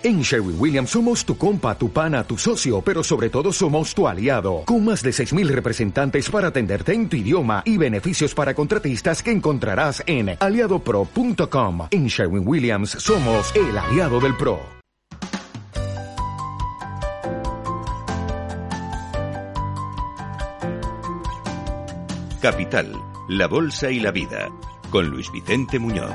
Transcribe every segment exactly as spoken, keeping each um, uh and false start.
En Sherwin-Williams somos tu compa, tu pana, tu socio, pero sobre todo somos tu aliado. Con más de seis mil representantes para atenderte en tu idioma y beneficios para contratistas que encontrarás en aliado pro punto com. En Sherwin-Williams somos el aliado del pro. Capital, la bolsa y la vida, con Luis Vicente Muñoz.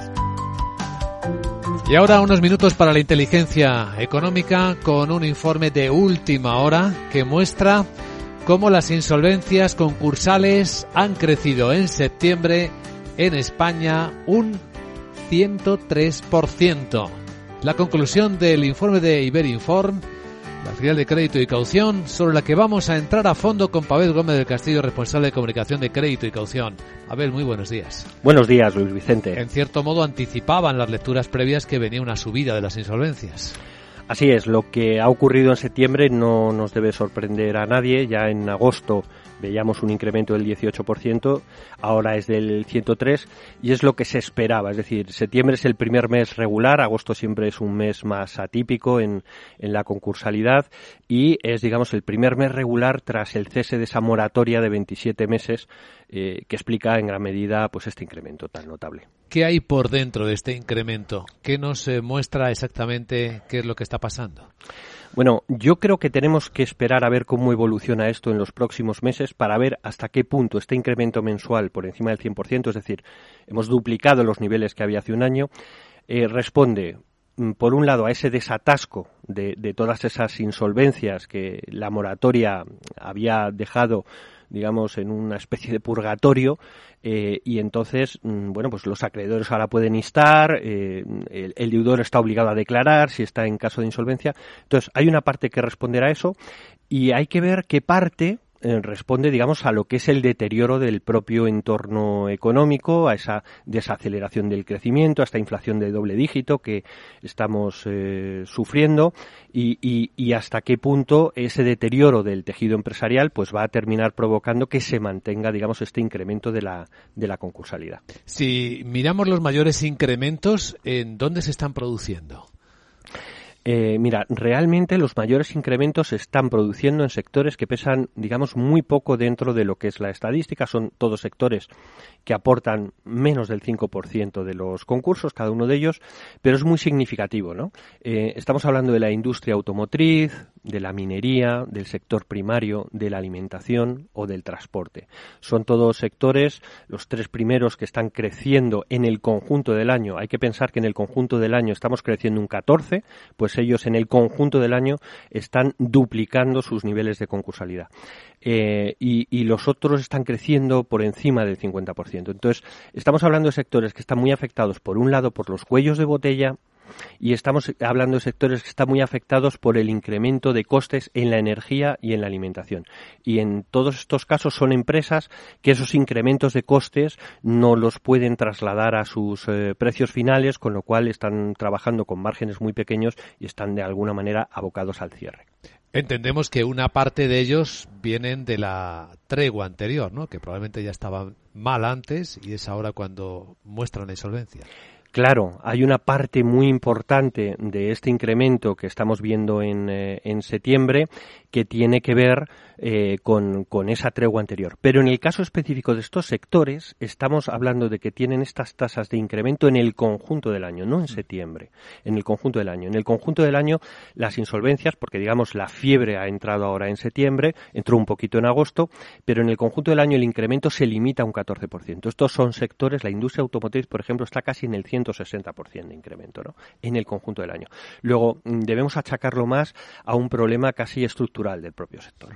Y ahora unos minutos para la inteligencia económica con un informe de última hora que muestra cómo las insolvencias concursales han crecido en septiembre en España un ciento tres por ciento. La conclusión del informe de Iberinform, la filial de crédito y caución, sobre la que vamos a entrar a fondo con Pavel Gómez del Castillo, responsable de comunicación de crédito y caución. Abel, muy buenos días. Buenos días, Luis Vicente. En cierto modo anticipaban las lecturas previas que venía una subida de las insolvencias. Así es, lo que ha ocurrido en septiembre no nos debe sorprender a nadie. Ya en agosto veíamos un incremento del dieciocho por ciento, ahora es del ciento tres por ciento y es lo que se esperaba. Es decir, septiembre es el primer mes regular, agosto siempre es un mes más atípico en, en la concursalidad y es, digamos, el primer mes regular tras el cese de esa moratoria de veintisiete meses eh, que explica en gran medida pues este incremento tan notable. ¿Qué hay por dentro de este incremento? ¿Qué nos eh, muestra exactamente qué es lo que está pasando? Bueno, yo creo que tenemos que esperar a ver cómo evoluciona esto en los próximos meses para ver hasta qué punto este incremento mensual por encima del cien por ciento, es decir, hemos duplicado los niveles que había hace un año, eh, responde, por un lado, a ese desatasco de, de todas esas insolvencias que la moratoria había dejado, digamos, en una especie de purgatorio, eh, y entonces, bueno, pues los acreedores ahora pueden instar, eh, el, el deudor está obligado a declarar si está en caso de insolvencia. Entonces, hay una parte que responderá a eso y hay que ver qué parte eh, responde, digamos, a lo que es el deterioro del propio entorno económico, a esa desaceleración del crecimiento, a esta inflación de doble dígito que estamos eh, sufriendo y, y, y hasta qué punto ese deterioro del tejido empresarial pues va a terminar provocando que se mantenga, digamos, este incremento de la, de la concursalidad. Si miramos los mayores incrementos, ¿en dónde se están produciendo? Eh, mira, realmente los mayores incrementos se están produciendo en sectores que pesan, digamos, muy poco dentro de lo que es la estadística. Son todos sectores que aportan menos del cinco por ciento de los concursos, cada uno de ellos, pero es muy significativo, ¿no? Eh, estamos hablando de la industria automotriz, de la minería, del sector primario, de la alimentación o del transporte. Son todos sectores, los tres primeros, que están creciendo en el conjunto del año. Hay que pensar que en el conjunto del año estamos creciendo un catorce, pues ellos en el conjunto del año están duplicando sus niveles de concursalidad. Eh, y, y los otros están creciendo por encima del cincuenta por ciento. Entonces, estamos hablando de sectores que están muy afectados, por un lado, por los cuellos de botella, y estamos hablando de sectores que están muy afectados por el incremento de costes en la energía y en la alimentación. Y en todos estos casos son empresas que esos incrementos de costes no los pueden trasladar a sus eh, precios finales, con lo cual están trabajando con márgenes muy pequeños y están de alguna manera abocados al cierre. Entendemos que una parte de ellos vienen de la tregua anterior, ¿no? Que probablemente ya estaban mal antes y es ahora cuando muestran la insolvencia. Claro, hay una parte muy importante de este incremento que estamos viendo en, eh, en septiembre que tiene que ver eh, con, con esa tregua anterior. Pero en el caso específico de estos sectores, estamos hablando de que tienen estas tasas de incremento en el conjunto del año, no en septiembre, en el conjunto del año. En el conjunto del año, las insolvencias, porque digamos la fiebre ha entrado ahora en septiembre, entró un poquito en agosto, pero en el conjunto del año el incremento se limita a un catorce por ciento. Estos son sectores, la industria automotriz, por ejemplo, está casi en el ciento sesenta por ciento de incremento, ¿no?, en el conjunto del año. Luego, debemos achacarlo más a un problema casi estructural del propio sector.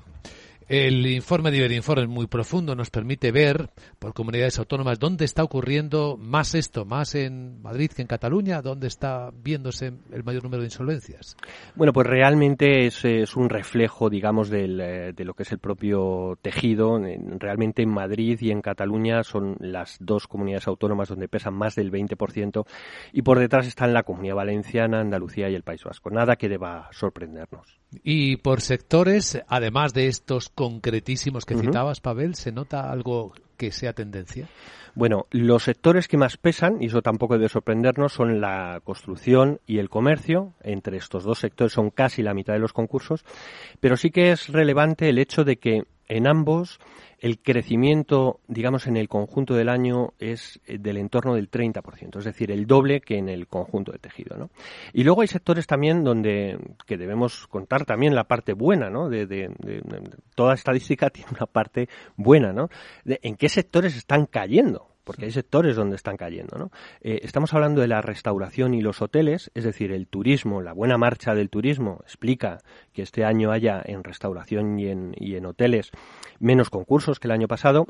El informe de Iberinform es muy profundo, nos permite ver por comunidades autónomas dónde está ocurriendo más esto, más en Madrid que en Cataluña, dónde está viéndose el mayor número de insolvencias. Bueno, pues realmente es, es un reflejo, digamos, del, de lo que es el propio tejido. Realmente en Madrid y en Cataluña son las dos comunidades autónomas donde pesan más del veinte por ciento y por detrás están la Comunidad Valenciana, Andalucía y el País Vasco. Nada que deba sorprendernos. Y por sectores, además de estos concretísimos que uh-huh. citabas, Pavel, ¿se nota algo que sea tendencia? Bueno, los sectores que más pesan, y eso tampoco debe sorprendernos, son la construcción y el comercio. Entre estos dos sectores son casi la mitad de los concursos, pero sí que es relevante el hecho de que en ambos el crecimiento, digamos, en el conjunto del año es del entorno del treinta por ciento, es decir, el doble que en el conjunto de tejido, ¿no? Y luego hay sectores también donde que debemos contar también la parte buena, ¿no? De, de, de, de toda estadística tiene una parte buena, ¿no? De, ¿en qué sectores están cayendo? Porque hay sectores donde están cayendo, ¿no? Eh, estamos hablando de la restauración y los hoteles, es decir, el turismo, la buena marcha del turismo explica que este año haya en restauración y en, y en hoteles menos concursos que el año pasado.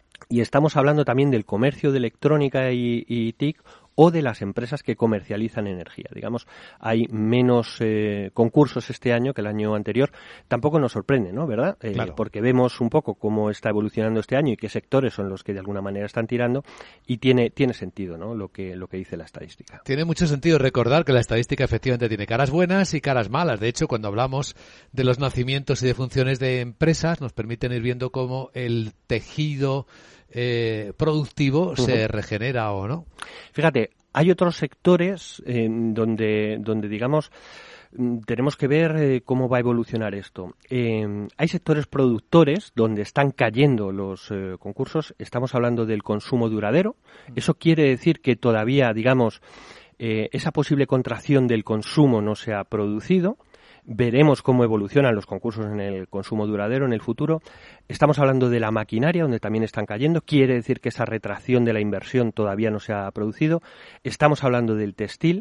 Y estamos hablando también del comercio de electrónica y, y T I C o de las empresas que comercializan energía. Digamos, hay menos eh, concursos este año que el año anterior. Tampoco nos sorprende, ¿no? ¿Verdad? Eh, claro. Porque vemos un poco cómo está evolucionando este año y qué sectores son los que de alguna manera están tirando, y tiene tiene sentido, ¿no? Lo que lo que dice la estadística. Tiene mucho sentido recordar que la estadística efectivamente tiene caras buenas y caras malas. De hecho, cuando hablamos de los nacimientos y defunciones de empresas, nos permiten ir viendo cómo el tejido eh, productivo uh-huh. se regenera o no. Fíjate, hay otros sectores eh, donde, donde, digamos, tenemos que ver eh, cómo va a evolucionar esto. Eh, hay sectores productores donde están cayendo los eh, concursos. Estamos hablando del consumo duradero. Eso quiere decir que todavía, digamos, eh, esa posible contracción del consumo no se ha producido. Veremos cómo evolucionan los concursos en el consumo duradero en el futuro. Estamos hablando de la maquinaria, donde también están cayendo. Quiere decir que esa retracción de la inversión todavía no se ha producido. Estamos hablando del textil,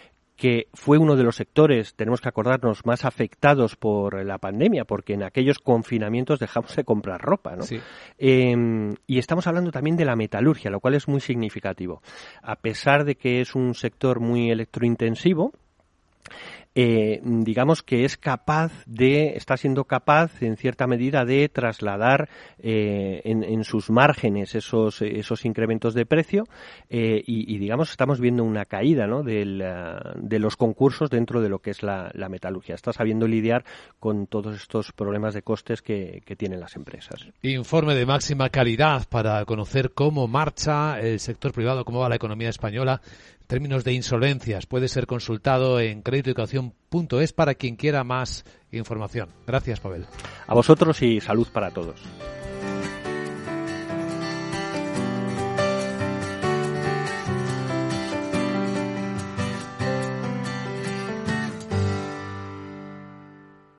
que fue uno de los sectores, tenemos que acordarnos, más afectados por la pandemia, porque en aquellos confinamientos dejamos de comprar ropa, ¿no? Sí. Eh, y estamos hablando también de la metalurgia, lo cual es muy significativo. A pesar de que es un sector muy electrointensivo, Eh, digamos que es capaz de, está siendo capaz en cierta medida de trasladar eh, en, en sus márgenes esos esos incrementos de precio eh, y, y digamos estamos viendo una caída, ¿no? Del, uh, de los concursos dentro de lo que es la, la metalurgia. Está sabiendo lidiar con todos estos problemas de costes que, que tienen las empresas. Informe de máxima calidad para conocer cómo marcha el sector privado, cómo va la economía española en términos de insolvencias. Puede ser consultado en crédito educación punto es para quien quiera más información. Gracias, Pavel. A vosotros y salud para todos.